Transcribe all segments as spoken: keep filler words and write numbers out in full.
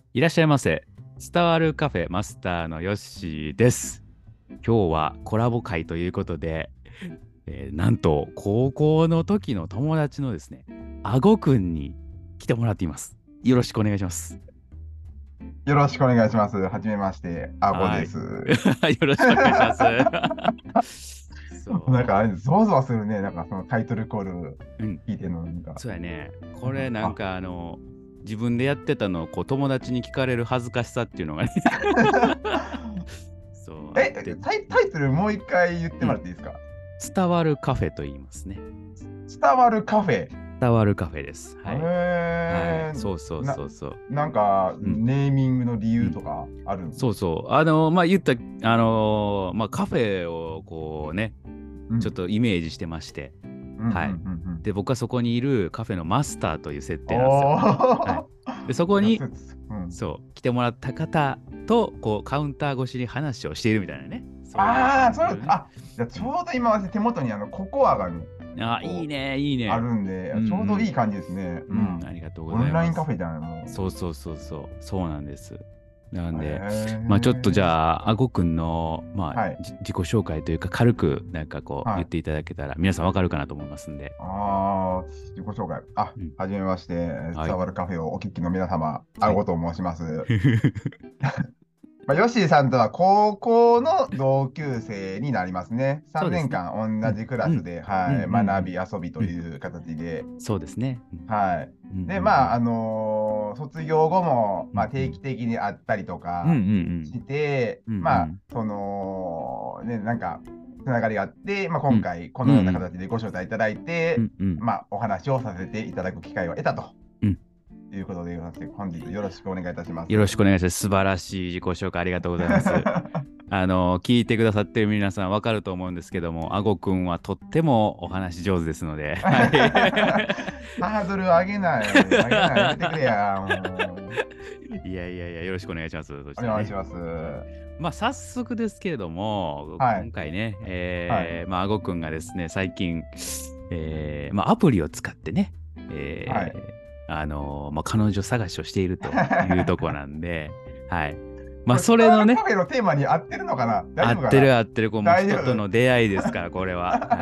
いらっしゃいませ。伝わるカフェマスターのヨッシーです。今日はコラボ会ということで、えーなんと高校の時の友達のですね、あごくんに来てもらっています。よろしくお願いします。 よろしくお願いします。はじめまして、あごはい。 です。 よろしくお願いします。 なんかそあれ、ゾワゾワするね。なんかそのタイトルコールう。うん。 聞いてるの、なんか。 そうやね。これうん、 なんあ、 かあの、自分でやってたのをこう友達に聞かれる恥ずかしさっていうのがねそうあっえ、 て、 タイ、タイトルもう一回言ってうん。 もらっていいですか？ 伝わるカフェと言いますね。 伝わるカフェ。 伝わるカフェです。はい。はい。 えそうそうー、な、 そうそう。 なんか、 うん。 ネーミングの理うん。 由とかあるんですか？ そうそう。あの、まあ、言った、あのーまあ、カフェをこうね、 うん。 ちょっとイメージしてまして、 うん、うん、うん、 はい。 うん。 で、僕はそこにいるカフェのマスターという設定なんですよ。 おはい。 ー。 で、そこいや、 に、 そうです。うん。 そう、来てもらった方と、こう、カウンター越しに話をしているみたいなね。そういうああ、そう、 感じのね。 あ、じゃあちうん。 ょうど今、私手元にあの、ココアがね、 あ、いいこう、 ね、いいあね。 るんで、 うんちょうどいい感じですね。 うん。うん、 うん。 ありがとうごオンラインカざいます。 フェじゃない、もそうそうそうそう、そうなんです。なんう。へで、まあちょっとじえ。 ゃあ、あごくんの、まあ、 はい。 じ自己紹介というか、軽くなんかこうはい。 言っていただけたら、皆さんわかるかなと思いますんで。 ああ、自己紹介。あ、 うん。 はじめまして。 はい。 伝わるカフェをお聞きの皆様、あはい。 ごと申します。まあ、ヨッシーさんとは高校の同級生になりますね。3 そうですね。 年間同うん。 じクラうん。 スで、 うん。うはい、学び、 ん。 遊びうん。うん。 という形で、 そうですね。うん。 はい。 うん。うん。 で、まあ、 うん。 あのー卒業後も、まあ、 うん。うん。 定期的に会ったりとうん。うかん。 して、 うん。うまあ、 ん。 その、ね、なんか、つながりがあって、まあ、 うん。 今回、こうん。 のようなうん。 形でご招待いただいて、 うん。うん。 まあ、お話をさせていただく機会を得たとうん。 いうことでございまして、本日よろしくお願いいたします。 よろしくお願いします。素晴らしい自己紹介ありがとうございます。あの、聞いてくださってる皆さんわかると思うんですけども、あごくんはとってもお話上手ですので、はい。 ハードル上げない、上げない、やめてくれや、もう。 いやいやいや、よろしくお願いします。そしたらね。 お願いします。はまあ、早速ですけれども、今い、 回ね、 はい、 えー、まあ、あごくんがですね、最近、えー、まあ、アプリを使ってね、 はい。 えー、あのーまあ、彼女探しをしているというとこなんで、はい。まあ、 これ、伝わそれのね、 るカフェのテーマに合ってるのかな？大合って丈夫かな？ る合ってる、こうもう大丈人との夫。 出会いですから、これは。はい。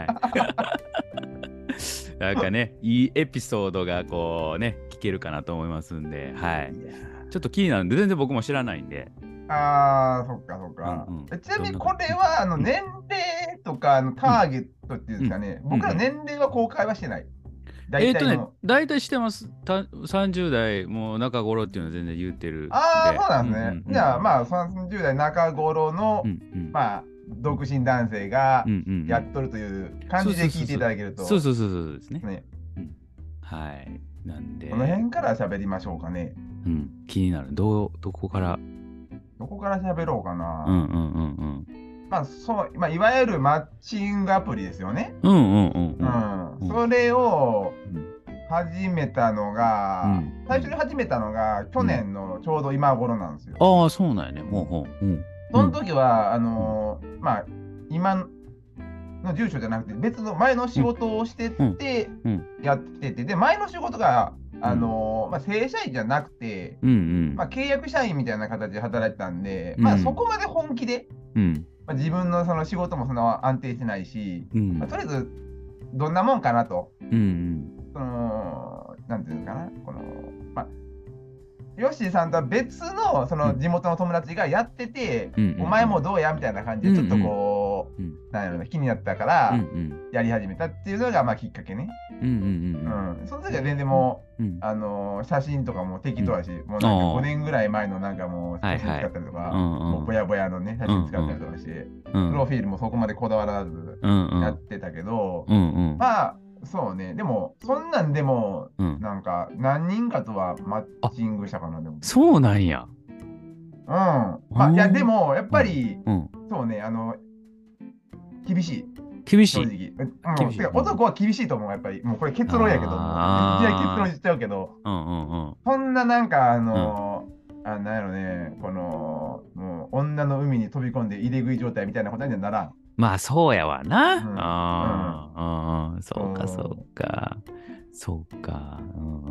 なんかね、いいエピソードがこうね、聞けるかなと思いますんで、はい。 いやちょっと気になるんで、全然僕も知らないんで、 ー、あー、そっかそっか。 うんうん。 えちなみにこどんな感じ？ れはあのうん、 年齢とかあのタうん、 ーゲットっていうんうん、 ですかね、 うん、うん。 僕ら年齢は公開はしてない。大えっとね、 体の。 大体してます。たさんじゅう代もう中頃っていうのは全然言ってるんああ、 で、 そうなんですね。 うんうんうんじゃあまあさんじゅう代中頃うん。 の、 うんまあ、 うん。 独身男性がうんうんうん。 やっとるという感そうじでそうそうそう。 聞いていただけると、 そうそうそうそうですね。 ね、 うん。はい。なんこので、 辺から喋りましょうかね。 うん、気になる。どう、どこから？ どこから喋ろうかうんうな。 んうんうん。 まあ、そう、まあ、いわゆるマッチングアプリですよね。 うんうんうんううん。 ん。 うん。 それをうん。 始めたのうが、最初にんうん。 始めたのが去うん。 年のちょうど今頃なんですよ。 ああ、そうなんやね。ほうほう。うん。うそのん。 時は、あうん。 のーまあ、今の住所じゃなくて、別の前の仕うん。 事をしてうん。 て、 うん。 やってて、で、前の仕事が、あうん。 のーまあ、正社員じゃなくて、 うん。 まあ、契約社員みたいな形で働いてたんで、まあ、そうん。 こまで本気で、 うん。 まあ、自分のその仕事もその安定してないし、まあ、 うん。 とりあえず、どんなもんかなと、 うん。 その、なんていうのかな、この、まあ、ヨッシーさんとは別のそうん。 の地元の友達がやってて、 うん。うお前もん。 どうやみたいな感じうん。 で、ちょっとうん。 こうん。 う、なんやろな、気になったかうん。うら、 ん。 やり始めたっていうのが、まあ、きっかけね。 うん。うん。 うん。その時は全然うん。 もう、 うん。 あのー写真とかもうん。 適当やし、もうなんか5 ああ。 年ぐらい前のなんかもう写真使っはいはい。うたりとか、もうぼんうん。 やぼやのね、写う真使ったりんうん。 とかして、 うん。 プロフィールもそこまでこだわらずうんうん。 やってたけど、 うんうん。 まあ、そうね。でも、そんなんでも、 うん。 なんか、何人かとはマッあ、 チングしたかな、でも。 そうなんや。 うん。まうあ、いや、でん。 も、やっうん。 ぱり、 うん。 そうね、あの、厳しい。 厳しい。 正直。うん。 厳しい。 てか、 うん。 男は厳しいと思う、やっぱり。もうこれ結論やけども、いきなり結論あ言っちゃうけど、 あ。うんうんうん。 そんななんか、あうん。 のあ、なんやろね、この、もう、女の海に飛び込んで入れ食い状態みたいなことにはならん。 まあ、そうやわな。 うん。うん。 ああ、うん、そうか、そそうか。そうか。うんうん。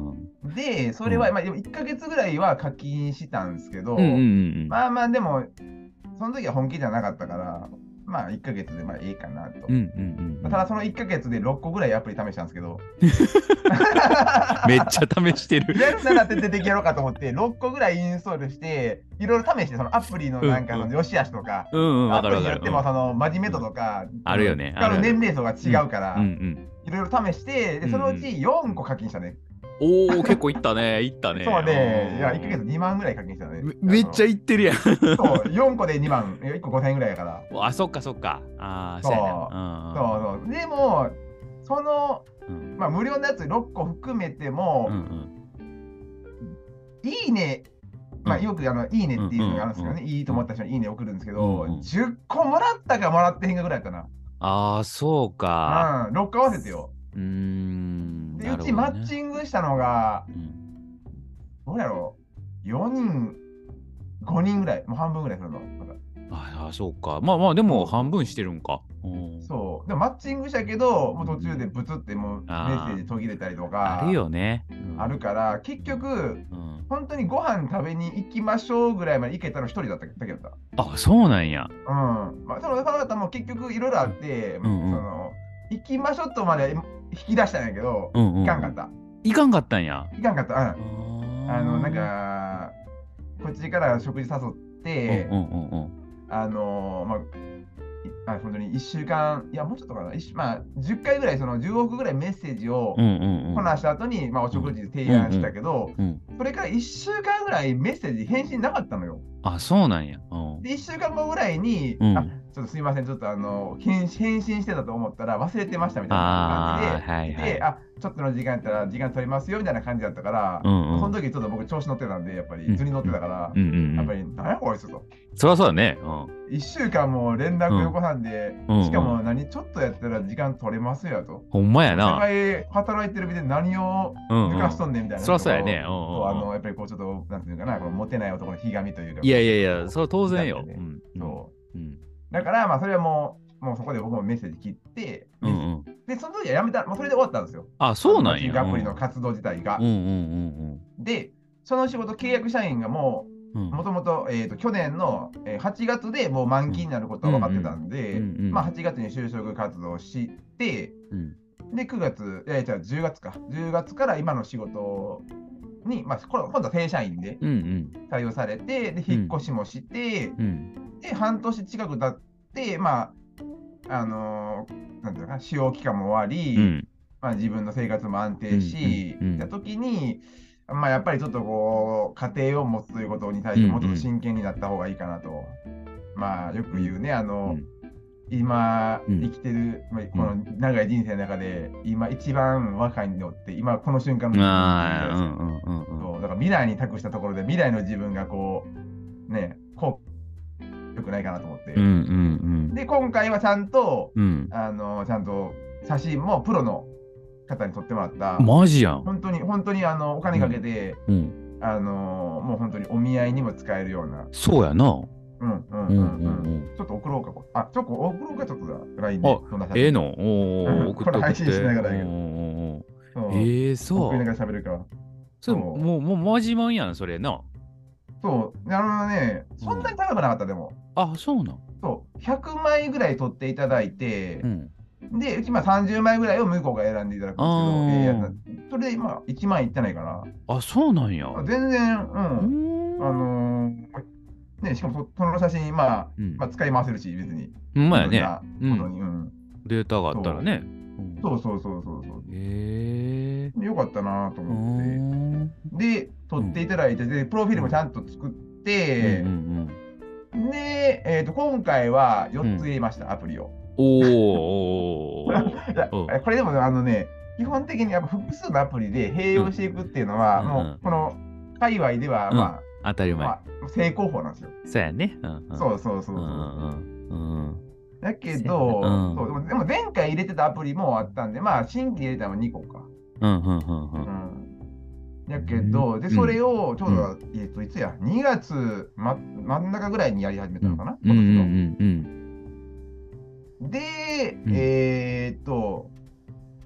で、それは、まあ、でもいっかげつぐらいは課金したんですけど、 うんうんうんうん。 まあまあ、でも、その時は本気じゃなかったから、まあ、いっかげつでまあいいかなと。 うんうんうんうん。 ただ、そのいっかげつでろっこぐらいアプリ試したんですけど、 めっちゃ試してる。 やるならって出てきやろうかと思って、ろっこぐらいインストールして、いろいろ試して、そのアプリのなんか、 うんうんその良し悪しとか、 うんうん、わアかるわかる。 プリによっても、 うんその真面目度とか、 あるよね。 使うあるある。 年齢層が違うかうんら、 うんいろいろ試して、で、そのうちよんこ課金したね。 おお、結構いったね。いったね。 そうね、いや、いっかげつうんにまんぐらい課金したね。 めめっちゃいってるやん。 そう、よんこでにまん、いっこごせんえんぐらいやから。 あ、そっかそっか。ああ、 そう、 そうやな。 そうそう。でも、その、 うんうん。 まあ、無料のやつろっこ含めても、 うんうんいいね、まあ、よくあの、いいねっていうのがあるんですけどね、 うんいいと思った人にいいね送るんですけど、 うんうんじゅっこもらったかもらってへんかぐらいやったな。 ああ、そうか。 うん、ろっこ合わせてよ。 うーん。 で、 なうちマッるほどね。 チングしたのが、 うんどうやろう、よにん、ごにんぐらい、もう半分ぐらいするの。まだああ、そうか。まあまあ、でもそうそう半分してるんか。うんそう。でもマッチングしたけど、もう途中でブツってもうメッセージ途切れたりとか、 あるよね。うんあるから、結局、 うん本当にご飯食べに行きましょうぐらいまで行けたの一人だっただけだった。 あ、そうなんや。 うん。まあ、その方も結局いろいろあって、 うんうんその、行きましょうとまで引き出したんやけど、 うんうんうん行かんかった。 いかんかったんや。 行かんかった。うん。 ああの、なんか、こっちから食事誘って、 うんうんうんうん。 あのまあ、あ本当にいっしゅうかん、いや、もうちょっとかな、一まあ、じゅっかいぐらい、そのじゅうおくぐらいメッセージをうんうんうん。 こなした後に、まあ、お食事で提案したけど、 うん。 それからいっしゅうかんぐらいメッセージ返信なかったのよ。 あ、そうなんや。うん。 で、いっしゅうかんごぐらいに、 うんあ、ちょっとすみません、ちょっとあの、返返信してたと思ったら忘れてましたみたいあーな感じで、 はいはいで、あ、ちょっとの時間やったら時間取りますよみたいな感じだったから、 うんうんその時ちょっと僕調子乗ってたんで、やっぱりうん図に乗ってたから、 うんうんうん。 やっぱり、なんやこいつと。 そりゃそうだね。うん。 いっしゅうかんも連絡よこさんで、 うんうんしかも何ちょっとやったら時間取れますよと。 ほんまや世な。 界働いてる身で何をうんうん抜かしとんねんみたいな。 そりゃそうやね。うんそううんあのやっぱりこうちょっと、なんていうかな、このモテない男のひがみというか。 いやいやいや、それは当然よ。 ねうんそう。 うんだから、まあ、それはもう、もうそこで僕もメッセージ切って、 うんうん。 で、その時はやめた、まあ、それで終わったんですよ。 あ、そうなんや。 マッチングアプリの活動自体が。 うんうんうんで、その仕事、契約社員がもうん。 う、もともと、えっと、去年のえーはちがつでもう満期になることは分かってたんで、 うんうんうんうんまあ、はちがつに就職活動して、 うんで、くがつ、いや、じゃあじゅうがつか。じゅうがつから今の仕事に、まあ、これ今度は正社員でうんうん採用されて、で、引っ越しもして、 うんで、半年近く経って、まあ、あのーなんていうのかな、使用期間も終わり、 うんまあ、自分の生活も安定し、 うんうんうんた時に、まあ、やっぱりちょっとこう、家庭を持つということに対してもうちょっと真剣になった方がいいかなと。まあ、よく言うね、あの、今うん生きてる、まあ、この長い人生の中で、今一番若いのって、今この瞬間の自分ああ、 ってうんうんうんうん。 そうだから未来に託したところで、未来の自分がこう、ね、こう、よくないかなと思って。 うんうんで、今回はちゃんと、 うん。 あの、ちゃんと写真もプロの方に撮ってもらった、 マジやん。 本当に、本当にあのお金かけて、 うん。 あの、もう本当にお見合いにも使えるような、 そうやな。 うんうんうんうんうんう。 うんん。 ちょっと送ろうか、これあ、ちょっと送ろうか、ちょっとだ、ライン で。そんな写真ええのおうんお、送ってこれ配信送って。 しながらやけどうんうんうんうんそうええ、そ送りなう。 がら喋るか。 それそうもう、もう、マジマンやん、それな。 そう、あのね、そんなに高くなかった、でも。 あ、そうなん。 そう、ひゃくまいぐらい取っていただいてう、ん。 で、うちまあさんじゅうまいぐらいを向こうが選んでいただくんですけど、 あーえーやつそれで今いちまんいってないかな。 あ、そうなんや。 あ全然、うん。 うーん。 あのーね、しかもそその写真、まあ、 うんまあ、使い回せるし、別に。 ほんまやね。 いろんなことに、うん。 データがあったらね。うんそうそうそうそうそう。 へえ。 でよかったなとうー思って。 ん。 で、撮っていただいて、で、プロフィールもちゃんと作って、 うんうんで、えーと、今回はよっつ入れました、アプリを。 おーおーいやおーこれでもあのね、基本的にやっぱ複数のアプリで併用していくっていうのは、 うんもうこの界隈では、 うんまあ、 当たり前。 まあ、正攻法なんですよ。 そうやね。うんうんそうそうそうそう。 うんうんうんだけそうど、 やなうんそうでもでも前回入れてたアプリもあったんで、まあ、新規入れたのはにこか。 うんうんうんううんん。だけど、で、それをちょうど、えっと、いつや、にがつ、ま、真ん中ぐらいにやり始めたのかな、 うんうんう今んうん年の。で、 うんえーっと、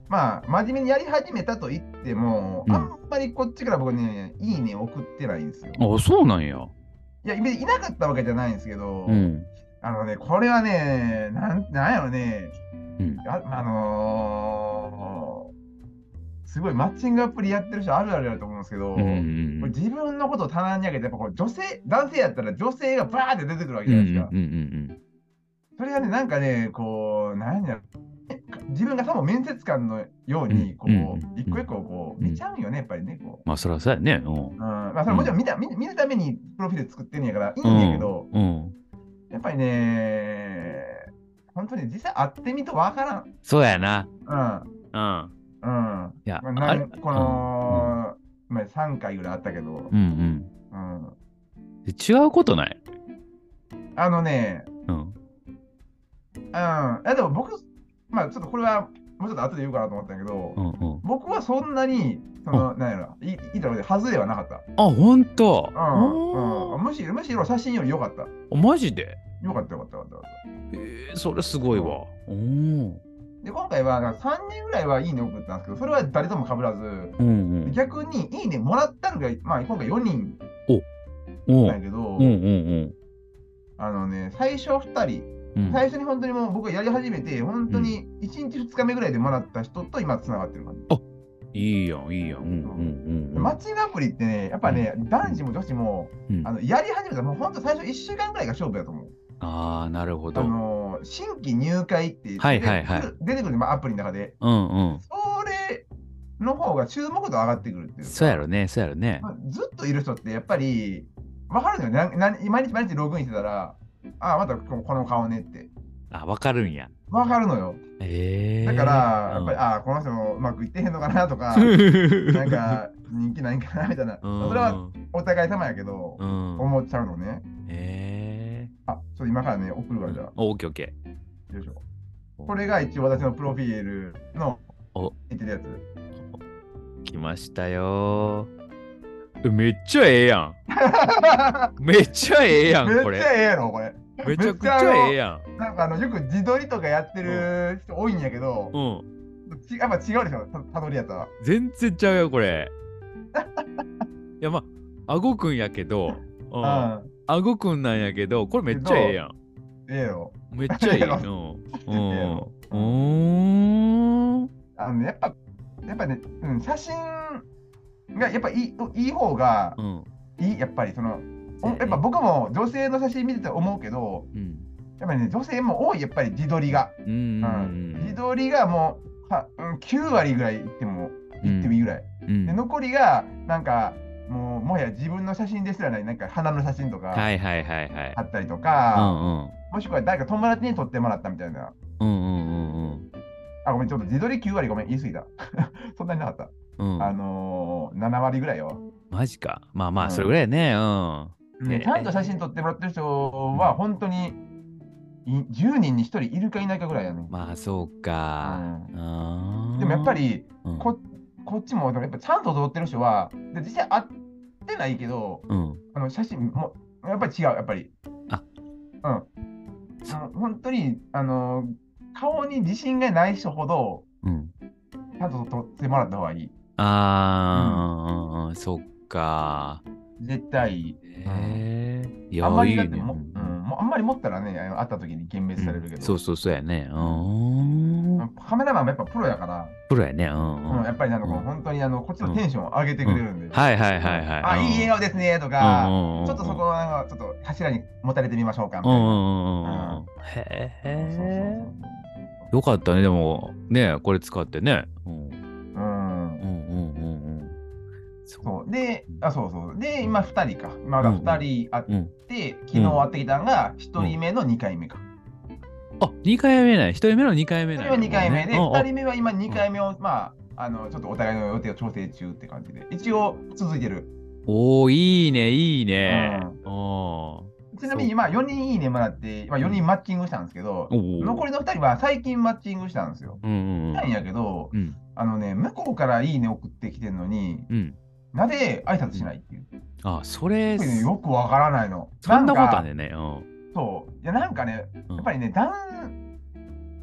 まあ、真面目にやり始めたと言っても、 うんあんまりこっちから僕ね、いいね送ってないんですよ。 あ、そうなんや。 いや、別にいなかったわけじゃないんですけど、 うん。 あのね、これはね、なん、なんやろね、 うん。 あ、あのーすごいマッチングアプリやってる人あるあるやると思うんですけど、 うんうんこれ自分のことを棚に上げて、やっぱこう女性、男性やったら女性がバーって出てくるわけうん。 じゃないですか。 うんうんうんそれがね、なんかね、こう、なんやろ、自分がさも面接官のように、こうんう、 うん一個一個こう、見ちゃうんよね、やっぱりね、こまあ、そらそうやね。うん。 う。うん、まあ、それもちろん見た、見見るためにプロフィール作ってんやからいいうんんやけど、 うん。 やっぱりね、本当に実際会ってみとわからん。 そうやな。 うん。 うん。 うん。 いや、 まあ、 あれなんこの、まあ、さんかいぐらいあったけど、 うんううん。 ん。で違うことない。 あのね、 うん。 うん。え、でも僕、まあちょっとこれはもうちょっと後で言うかなと思ったんやけど、 うんうん。 僕はそんなに、その、なんやろ、いいいいところで外れはなかった。 あ、ほんと。 うん。 おうん。むしろ、むしろ写真より良かった。 ーマジで良かった、良かった、良かった良かっえー、それすごいわ。おーた。で、今回はさんにんぐらいはいいね送ったんですけど、それは誰とも被らず、 うんうん。 逆にいいねもらったのが、まあ今回よにんおなんやけど、 うんうんあのね、最初ふたり、 うん。うん最初に本当にもう僕がやり始めて、本当にいちにちふつかめぐらいでもらった人と今つながってる感じ。 いいやん、いいやん。うんうんうん。 マッチングアプリってね、やっぱね、男子も女子も、 うんあのやり始めたらもう本当最初いっしゅうかんぐらいが勝負やと思う。 ああ、なるほあど。 のー新規入会ってはいはいはい出てくる出てくる、まあ、アプリの中で、 うんうん。 それの方が注目度上がってくるっていうか、 そうやろね、そうやろねま。あ、ずっといる人ってやっぱり分かるのよね。なな毎日毎日ログインしてたら、ああ、またここの顔ねって。 あ、わかるんや。 分かるのよ。 ええだから、やっぱり、ああ、この人もうまくいってへんのかなとか、なんか人気ないんかなみたいな。 うん、 それはお互い様やけど、 うん、 思っちゃうのね。 ええあ、ちょっと今からね、送るわ、じゃあ。 オッケーオッケよいしょ。 ー。 これが一応私のプロフィールのお、 言ってるやつ。 来ましたよー。めっちゃええやん。めっちゃええやん、これ。 めっちゃええやろ、これ。 めちゃくちゃええやん。 なんかあの、よく自撮りとかやってる人多いんやけど、 うん。 ちやっぱ違うでしょ、たたどりやったら。 全然ちゃうよ、これ。いや、まあ、あごくんやけど、う。 うんん。 あごくんなんやけど、これめっちゃええやん。 ええよ。 めっちゃいい。 ええやうん。 ろうええやん。 ろうーん。 あのね、やっぱ、やっぱね、うん、写真がやっぱいいいい方がうん。 いい、やっぱりその、おそうやねやっぱ僕も女性の写真見てて思うけど、 うん。 やっぱりね、女性も多い、やっぱり自撮りが。 うん。 うん自撮りがもうは、うん、きゅうわりぐらいいっても、いってもいいぐらい。 うんで、残りが、なんか、もう、もはや自分の写真ですらない、なんか花の写真とかはいはいはいはいあ。ったりとうんか、もしくは誰か友達に撮ってもらったみたいな。 うん。うんうんあ、ごめん、ちょっと自撮りきゅうわりごめん、言い過ぎた。そんなになかった。 うんうん。 あのー、ななわりぐらいよ。 マジか。まあまあ、 うんそれぐらいね。うん。 ねえちゃんと写真撮ってもらってる人は、本当にいじゅうにんにひとりいるかいないかぐらいやね。 まあ、そうか。 ううん。 でもやっぱ、り、 うん、 ここっちも、やっぱちゃんと撮ってる人は、で実際会ってないけど、 うん。 あの写真も、やっぱり違う、やっぱり。 あうん。あの本当に、あのー顔に自信がない人ほど、 うん。 ちゃんと撮ってもらった方がいい。 ああ、そっか。 絶対。 へえ。いや、 あんまりいいね。 だっても、うん、もうあんまり持ったらね、あの会った時に幻滅されるけど、 そうそうそうやね。うん。 カメラマンもやっぱプロやから、 プロやね。うんうん、やっぱりあの、 うん本当にあのこっちのテンションを上げてくれるんで、 はいはいはいはい。 あ、いい笑顔ですねとうんか、 うんうんうんちょっとそこはちょっと柱に持たれてみましょうかみたいな。 うんうんうんうん。へえ。よかったね、でも、ね、これ使ってね。うん。 うん。 うんうんうんうん。 そうで、あ、そうそう。で、今ふたりか。まだうんうんふたりあって、 うん。 昨日会ってきたのがひとりめのにかいめか。 あ、にかいめない。ひとりめのにかいめない。 ひとりめはにかいめで、 うんふたりめは今にかいめを、まあ、あの、ちょっとお互いの予定を調整中って感じで、一応続いてる。 おー、いいね、いいね。 うおーちなみに、まあ、よにんいいねもらって、まあ、よにんマッチングしたんですけど、 おー残りのふたりは最近マッチングしたんですよ。 うんうんなんやけど、 うん。 あのね、向こうからいいね送ってきてんのに、 うん。 なぜ挨拶しないっていう。 あ、それ、 これねよくわからないの。 そんなことあかんねんね。うん。 そう。いや、なんかね、 うんやっぱりね、男、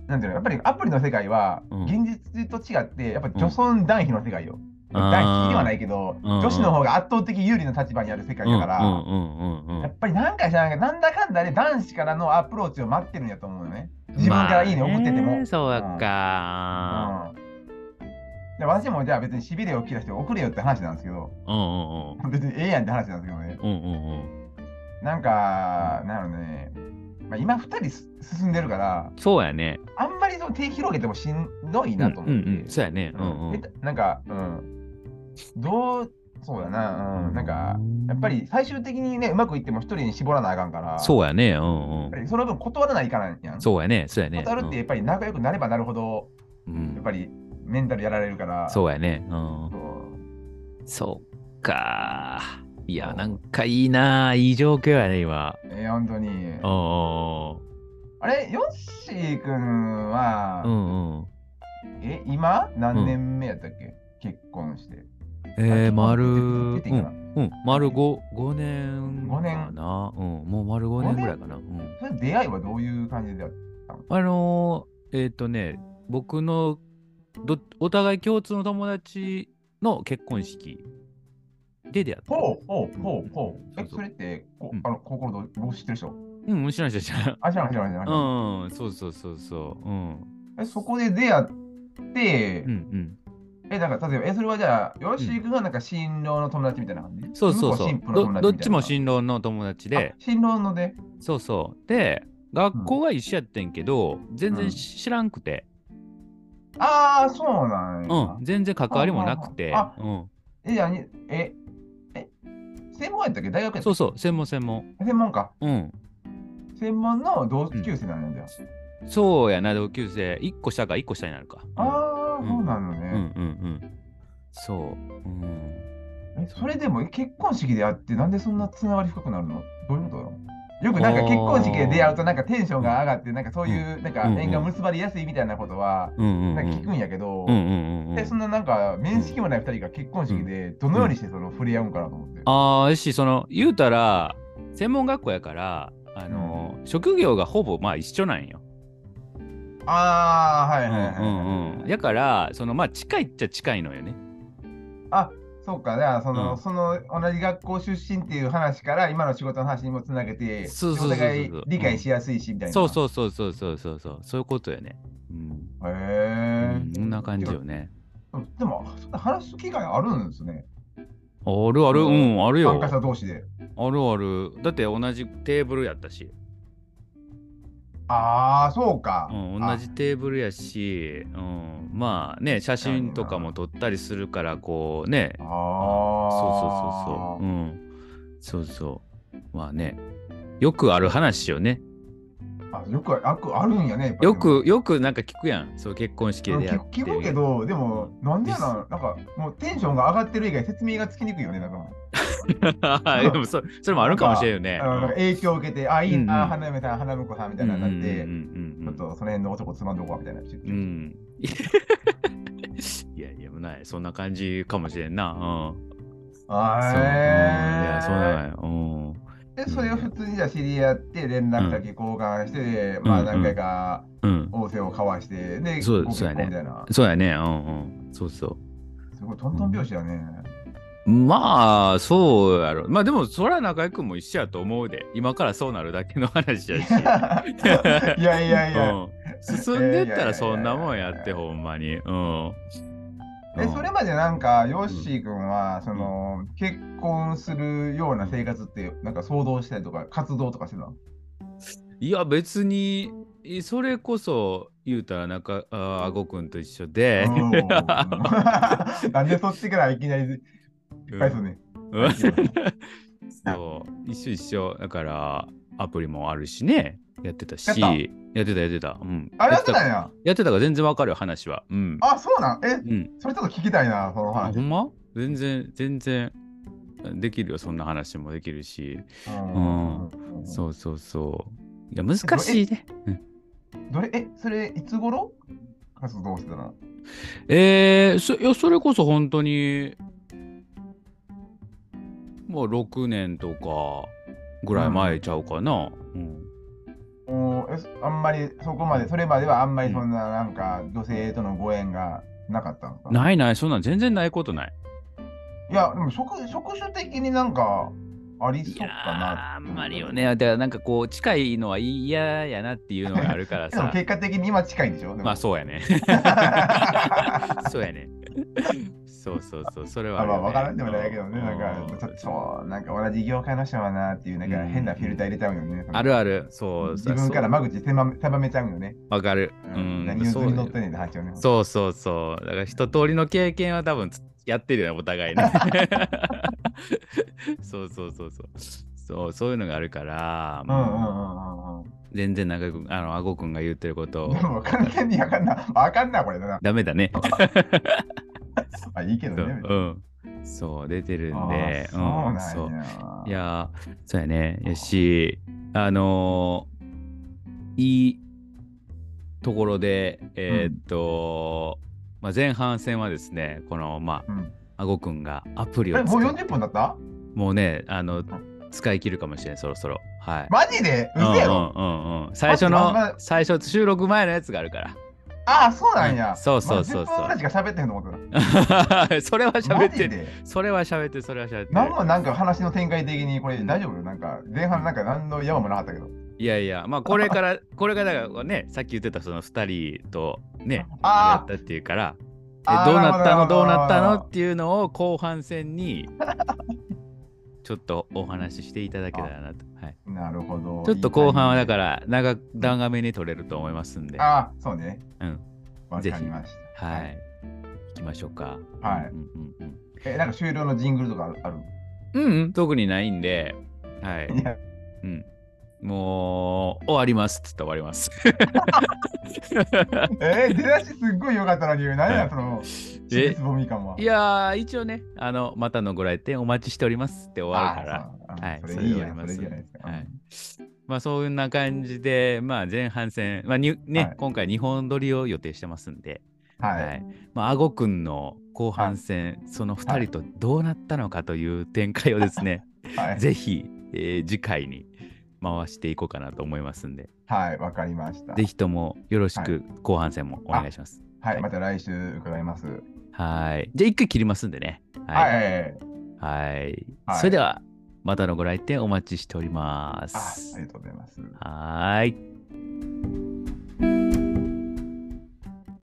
なんていうの、やっぱりアプリの世界は、 うん現実と違って、やっぱうん女尊男卑の世界よ。男卑ではないけど、 うん女子の方が圧倒的有利な立場にある世界だから、やっぱりなんか知らないけど、なんだかんだで男子からのアプローチを待ってるんやと思うよね。自分からいいね送ってても。 そうやうんか。 うんで私もじゃあ別にしびれを切らして送れよって話なんですけど、 うんうんうん。 別にええやんって話なんですけどね。 うんうんうん。 なんか、なんやろね、まあ、今ふたり進んでるから、 そうやね。 あんまりその手広げてもしんどいなと思って。 うんうんうん、そうやね。うんうん。 なんか、うん。どう、そうだな、うん。なんか、やっぱり最終的にね、うまくいっても一人に絞らなあかんから、 そうやね。うんうん。 やっぱりその分断らないからんやん。 そうやね。そうやね。 断るってやっぱり仲良くなればなるほど、 うん、 やっぱりメンタルやられるから。 そうやね。うん。 そうそうか。いや、なんかいいな。いい状況やね、今。 えー、本当に。 おあれ、ヨッシー君は、 うんうん。 え、今何年目やったっけ、うん、結婚して。 えー、丸、うん、 うん、丸ご、ごねんかな。うん、もう丸ごねんぐらいかな。うん。 それ出会いはどういう感じでやったの？ あのー、えっ、ー、とね、僕のど、お互い共通の友達の結婚式で出会った。 ほうほうほうほう。え、それって、こあの、心どう知ってる人？ うん、知らない人知らない。 あ、知らない知らない知らない。 うん、そうそうそうそう。うん。 え、そこで出会って、 うんうん。 え、なんか、例えば、え、それはじゃあ、よしーくんがなんか新郎の友達みたいな感じ？ そうそうそう。どどっちも新郎の友達で。 新郎ので。 そうそう。で、学校は一緒やってんけど、全然知らんくて。 ああ、そうなんや。 うん、全然関わりもなくて。 あ、うん。え、じゃあ、え、え、専門やったっけ？大学やったっけ？ そうそう、専門専門。 専門か。 うん。 専門の同級生なんだよ。 そうやな、同級生。いっこ下かいっこ下になるか。 ああ、そうなのね。 うんうんうん。そう。うん。 え、それでも結婚式であって、なんでそんなつながり深くなるの？どういうことよ？よくなんか結婚式で出会うとなんかテンションが上がって、なんかそういうなんか縁が結ばれやすいみたいなことはなんか聞くんやけど、でそんななんか面識もないふたりが結婚式でどのようにしてその触れ合うんかなと思って。 ああ、し、その言うたら専門学校やから、あの、うん、職業がほぼまあ一緒なんよ。 ああ、はいはいはい、はい。 うんうん。だから、そのまあ近いっちゃ近いのよね。 あ、そうか。だからその、うん、その同じ学校出身っていう話から今の仕事の話にもつなげて、お互い理解しやすいしみたいな。 そうそうそうそうそうそうそう。そういうことよね。うん、 へえ、 うん。そんな感じよね。 でも、話す機会あるんですね。 あるある、うん、あるよ。 参加者同士で。 あるある。だって同じテーブルやったし。 ああ、そうか、 うん。同じテーブルやし、うん、まあね、写真とかも撮ったりするから、こうね。 ああ。 そうそうそうそう。うん。そうそう。まあね。よくある話よね。 あ、よくああるんやね。 よく、よくなんか聞くやん。そう、結婚式でやって。 聞くけど、でも、なんでやな、なんか、もうテンションが上がってる以外説明がつきにくいよね、なんか。 でもそ、それもあるかもしれんよね。 なんか影響を受けて、あ、いいな、花嫁さん、花婿さんみたいなになって、ちょっとその辺の男つまんどこうみたいな。うん。 いやいや、もうない。そんな感じかもしれんな。うん。 ああ、 そう。うん。いや、そうなんや。うん。 で、それを普通にじゃ知り合って、連絡先交換して、まあ何回か仰せを交わして、で、 ご結婚みたいな。そうやね。うんうん。そうそう。 すごいトントン拍子やね。 まあ、そうやろ。まあでも、そら中居君も一緒やと思うで。今からそうなるだけの話やし。 いやいやいや。 進んでったらそんなもんやって、ほんまに。うん。 え、それまでなんか、ヨッシー君は、その、結婚するような生活って、なんか想像したりとか、活動とかしてたの？ いや、別に、それこそ、言うたら、なんか、あごくんと一緒で。 なんでそっちからいきなり、失敗するね。 そう、一緒一緒。だから、アプリもあるしね。やってたし、やってたやってた。うん。 あれやってたんや。 やってたから全然わかるよ、話は。うん。 あ、そうなん？え、うん、それちょっと聞きたいな、その話。 ほんま？全然、全然、できるよ、そんな話もできるし。うん。そうそうそう。いや、難しいね。 どれ、え、それ、いつ頃活動してたの？ えー、そ、いや、それこそ本当に、もうろくねんとかぐらい前ちゃうかな。うん。 おもう、えあんまりそこまで、それまではあんまりそんな、なんか、女性とのご縁がなかったのか。 ないない、そんなん全然ないことない。 いや、でも職、職種的になんか、ありいやそうかなー、あんって思うけど。 まりよね。だからなんかこう、近いのは嫌やなっていうのがあるからでもさ。 結果的に今近いんでしょでもまあそうやね。そうやね。そうそうそう、それはあまあ、 あるよね。 わからんでもないけどね、なんか、ちょっと、 うんそうなんか同じ業界の人はなっていう、なんか変なフィルター入れちゃうよね。そのあるある、そう自さ、そう、 分から間口狭め狭めちゃうよね。 わかる。 ううんん、 何を図そう、 に乗ってんねんって話よね。 そうそうそう。だから一通りの経験は多分つやってるよね、お互いね。そうそうそうそう。そう、そういうのがあるから、 うんうんうんうんうん。 全然なんか、あの、あごくんが言ってることを、 でも完全にあかんな。あかんな、これだな。 ダメだね。 あ、いいけどそう、 ね。 うん。そう、出てるんああ、 で、 そううん、 なんそう。 や。 いやー、そうやね。やし、あのーいいところで、えーっと、まあ、前半戦はですね、この、まうん。うん。 あ、あごくんがアプリえ、もうを使っよんじゅっぷんて、 だった？ もうね、あの、使い切るかもしれない、そろそろ。はい。 マジでうんうん嘘やろ？ うんうん。最待って、ま、 初の、 ま、 最初、収録前のやつがあるから。 ああ、そうなんうん、 や。 そうそうまだ10 そうそ分ぐらいしか喋ってへんと思ってう。それはた。 喋ってる。 マジでそれは喋ってる、それは喋ってる。 なんもなんか話の展開的にこれうん大丈夫？なんか前半なんか何の山もなかったけど。 いやいや、まあこれから、これがだからね、さっき言ってたそのふたりとね、あれやっあたっていうから、 あ、 え、 ああ、なるほど、などうなったるほど。 のどうなったのっていうのを後半戦にちょっとお話ししていただけたらなと。はい。 なるほど。 ちょっと後半はだかいいら長長めに取れると思いますんで、 タイミングで。ああ、そうね。 うん。 わぜひ、 かりましはい。行きましょうか。 た。はい。 うんうんうんえ、なんか終了のジングルとかある？ある？ うん。うんうん、特にないんで、はい。 いや、 うん。もう、終わりますっつって終わります。 えー、出だしすっごい良かったのに、何はいやその、 え尻すぼみ感は。 いやー、一応ね、あの、またのご来店お待ちしておりますって終わるかあら、 あ、そう。 はい、 そそれでれいいやん、それい終わります。 いじゃないですか。 はい。まあ、そんな感じで、まあ、前半戦、まあ、にね、 はい今回にほん撮りを予定してますんで、 はい。 はい。まあ、あごくんの後はい。 半戦、その2 はい。 人とどうなったのかという展開をですね、 はい。 ぜひ、えー次回に回していこうかなと思いますんで、 はい、わかりました。 ぜひともよろしはい。 く後半戦もお願いします。 はい、 はい。 また来週伺います。 はい。じゃあ、一回切りますんでね。は。 はいい。はいはい。 はい。 それでは、またのご来店お待ちしておりまあ、あす。 りがとうございます。 はーい。